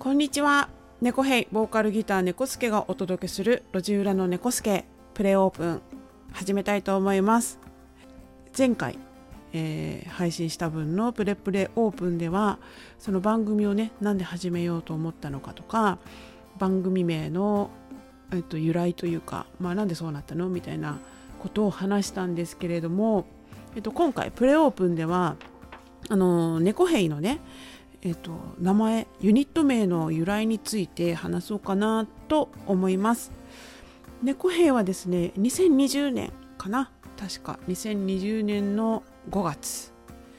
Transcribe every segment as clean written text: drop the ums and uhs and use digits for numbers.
こんにちは。猫ヘイボーカルギター猫助がお届けする路地裏の猫助プレオープン始めたいと思います。前回、配信した分のプレオープンではその番組をねなんで始めようと思ったのかとか番組名の、由来というか、なんでそうなったのみたいなことを話したんですけれども、今回プレオープンでは猫ヘイのね名前ユニット名の由来について話そうかなと思います。猫兵はですね2020年かな、確か2020年の5月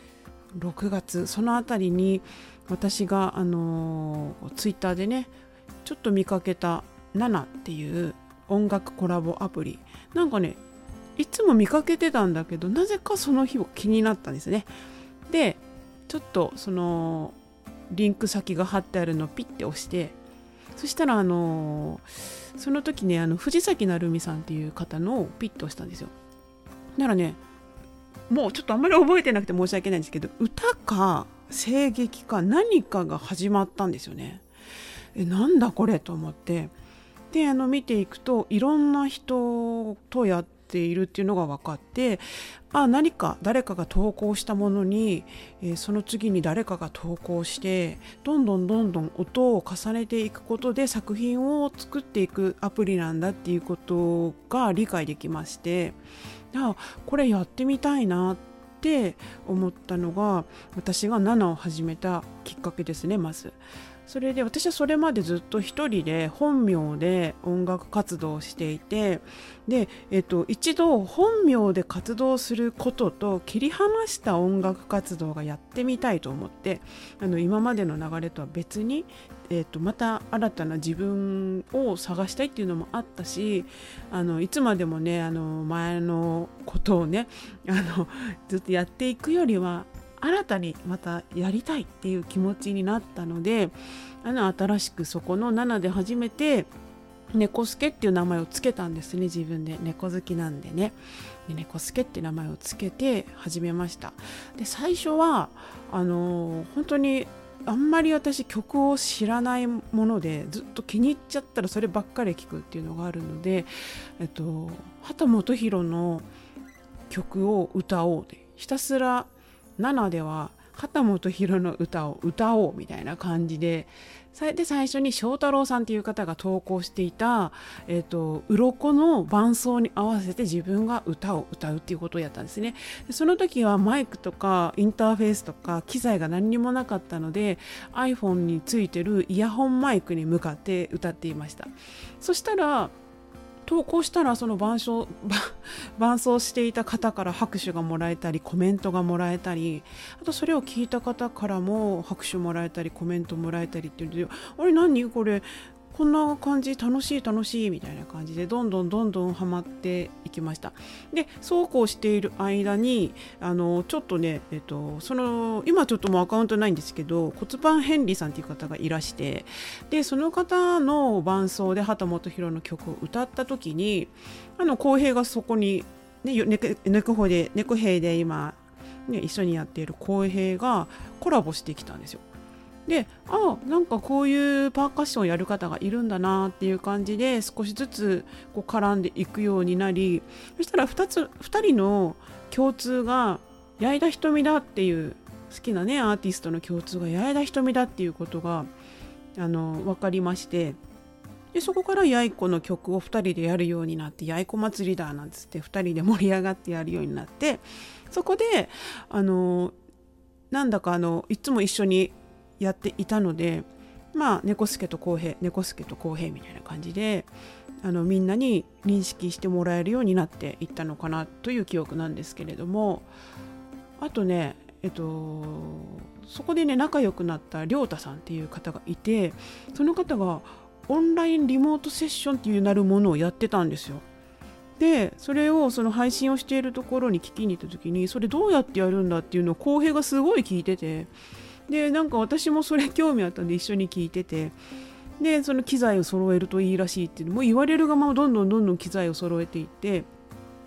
6月そのあたりに私がツイッターでねちょっと見かけたナナっていう音楽コラボアプリ、なんかねいつも見かけてたんだけどなぜかその日を気になったんですね。でちょっとそのリンク先が貼ってあるのをピッて押して、そしたらその時ね藤崎鳴海さんっていう方のをピッと押したんですよ。だからねもうちょっとあんまり覚えてなくて申し訳ないんですけど、歌か声劇か何かが始まったんですよね。なんだこれと思って、で見ていくといろんな人とやっているっていうのが分かって、何か誰かが投稿したものに、その次に誰かが投稿してどんどん音を重ねていくことで作品を作っていくアプリなんだっていうことが理解できまして、これやってみたいなって思ったのが私が7を始めたきっかけですね。まずそれで私はそれまでずっと一人で本名で音楽活動をしていて、で、一度本名で活動することと切り離した音楽活動がやってみたいと思って、今までの流れとは別に、また新たな自分を探したいっていうのもあったし、いつまでもね前のことをねずっとやっていくよりは新たにまたやりたいっていう気持ちになったので、新しくそこの7で初めて猫助っていう名前をつけたんですね。自分で猫好きなんでね。で猫助って名前をつけて始めました。で最初は本当にあんまり私曲を知らないものでずっと気に入っちゃったらそればっかり聴くっていうのがあるので、秦基博の曲を歌おうでひたすら7では秦基博の歌を歌おうみたいな感じで、最初に翔太郎さんっていう方が投稿していた鱗の伴奏に合わせて自分が歌を歌うっていうことをやったんですね。でその時はマイクとかインターフェースとか機材が何にもなかったので iPhone についてるイヤホンマイクに向かって歌っていました。そしたら投稿したらその伴奏していた方から拍手がもらえたりコメントがもらえたり、あとそれを聞いた方からも拍手もらえたりコメントもらえたりっていうので、あれ何これこんな感じ楽しいみたいな感じでどんどんハマっていきました。でそうこうしている間にちょっとね、今ちょっともうアカウントないんですけど骨盤ヘンリーさんっていう方がいらして、でその方の伴奏で秦基博の曲を歌った時に浩平がそこに、猫兵で今、一緒にやっている浩平がコラボしてきたんですよ。でなんかこういうパーカッションをやる方がいるんだなっていう感じで少しずつこう絡んでいくようになり、そしたら2人の共通が矢井田瞳だっていう好きなねアーティストの共通が矢井田瞳だっていうことが分かりまして、でそこからやいこの曲を2人でやるようになって、やいこ祭りだなんつって2人で盛り上がってやるようになって、そこでなんだかいつも一緒にやっていたので、猫助と浩平みたいな感じでみんなに認識してもらえるようになっていったのかなという記憶なんですけれども、あとねそこでね仲良くなった亮太さんっていう方がいて、その方がオンラインリモートセッションっていうなるものをやってたんですよ。でそれをその配信をしているところに聞きに行った時に、それどうやってやるんだっていうのを浩平がすごい聞いてて、でなんか私もそれ興味あったんで一緒に聞いてて、でその機材を揃えるといいらしいっていうのも言われるがままどんどん機材を揃えていって、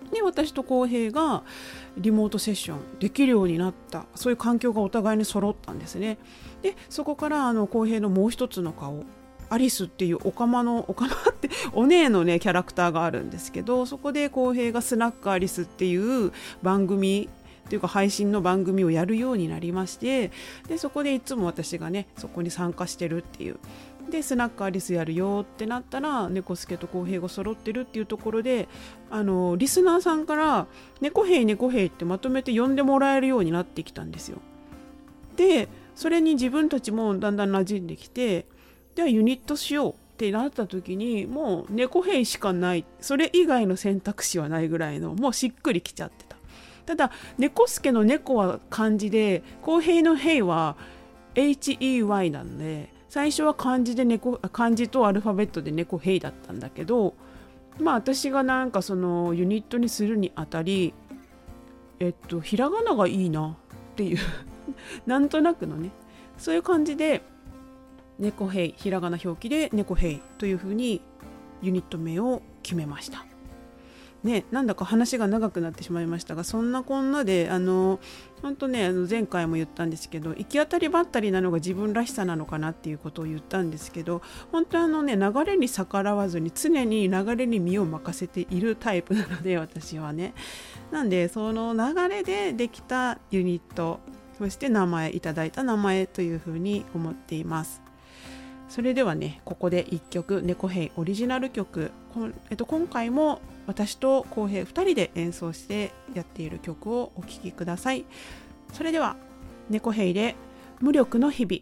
で私と浩平がリモートセッションできるようになった、そういう環境がお互いに揃ったんですね。でそこから浩平のもう一つの顔、アリスっていうオカマってお姉のねキャラクターがあるんですけど、そこで浩平がスナックアリスっていう番組っていうか配信の番組をやるようになりまして、でそこでいつも私がねそこに参加してるっていう、でスナックアリスやるよってなったら猫助と浩平が揃ってるっていうところで、リスナーさんから猫兵猫兵ってまとめて呼んでもらえるようになってきたんですよ。でそれに自分たちもだんだん馴染んできて、ではユニットしようってなった時にもう猫兵しかない、それ以外の選択肢はないぐらいのもうしっくりきちゃってた。ただ猫助の猫は漢字で、浩平の兵は HEY なんで、最初は漢字とアルファベットで猫兵だったんだけど、私がなんかそのユニットにするにあたり、ひらがながいいなっていうなんとなくのね、そういう感じで猫兵、ひらがな表記で猫兵というふうにユニット名を決めましたね。なんだか話が長くなってしまいましたが、そんなこんなで本当ね、前回も言ったんですけど、行き当たりばったりなのが自分らしさなのかなっていうことを言ったんですけど、本当流れに逆らわずに常に流れに身を任せているタイプなので、私はね。なんでその流れでできたユニット、そしていただいた名前というふうに思っています。それではね、ここで1曲猫兵オリジナル曲、今回も私と浩平2人で演奏してやっている曲をお聴きください。それでは猫兵で無力の日々。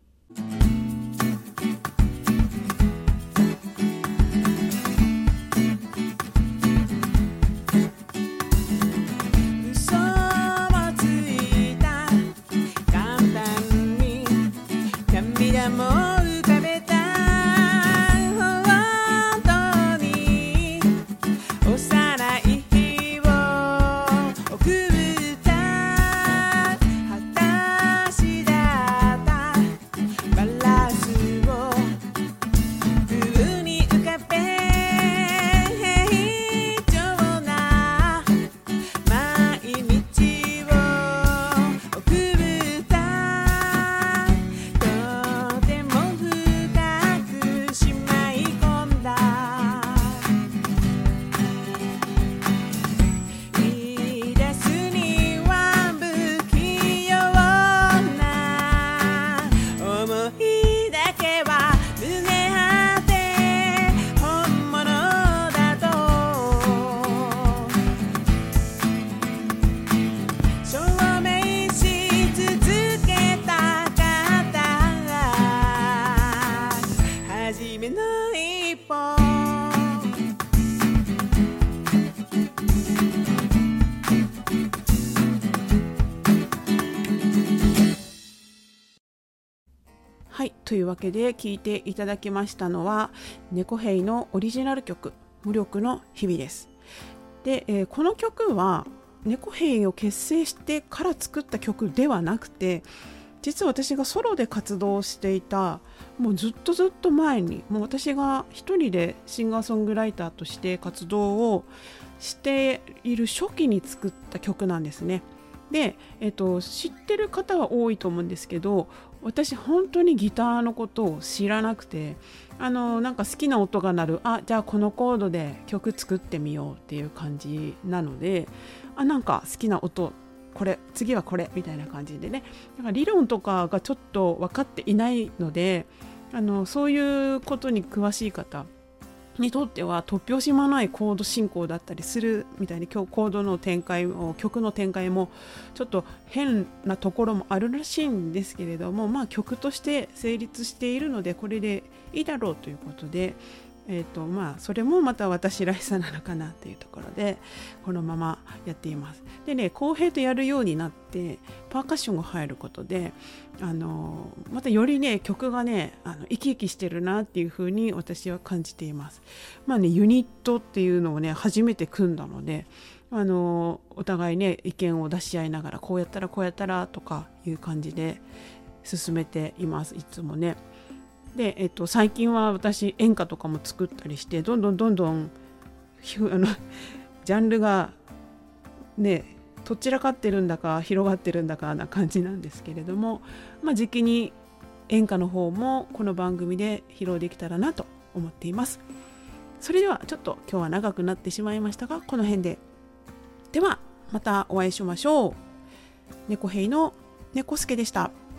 はい、というわけで聴いていただきましたのは猫兵のオリジナル曲無力の日々です。で、この曲は猫兵を結成してから作った曲ではなくて、実は私がソロで活動していたもうずっと前に、もう私が一人でシンガーソングライターとして活動をしている初期に作った曲なんですね。で、知ってる方は多いと思うんですけど、私本当にギターのことを知らなくて、なんか好きな音が鳴る、じゃあこのコードで曲作ってみようっていう感じなので、なんか好きな音これ、次はこれみたいな感じでね、だから理論とかがちょっと分かっていないので、そういうことに詳しい方にとっては突拍子もないコード進行だったりするみたいに、今日コードの展開も曲の展開もちょっと変なところもあるらしいんですけれども、曲として成立しているのでこれでいいだろうということで、それもまた私らしさなのかなというところでこのままやっています。でね、公平とやるようになってパーカッションが入ることでまたよりね曲がね生き生きしてるなっていう風に私は感じています。ユニットっていうのをね初めて組んだので、お互いね意見を出し合いながらこうやったらとかいう感じで進めています、いつもね。で、最近は私演歌とかも作ったりして、どんどんジジャンルがねどちらかってるんだか広がってるんだかな感じなんですけれども、時期に演歌の方もこの番組で披露できたらなと思っています。それではちょっと今日は長くなってしまいましたが、この辺で。ではまたお会いしましょう。猫兵の猫助でした。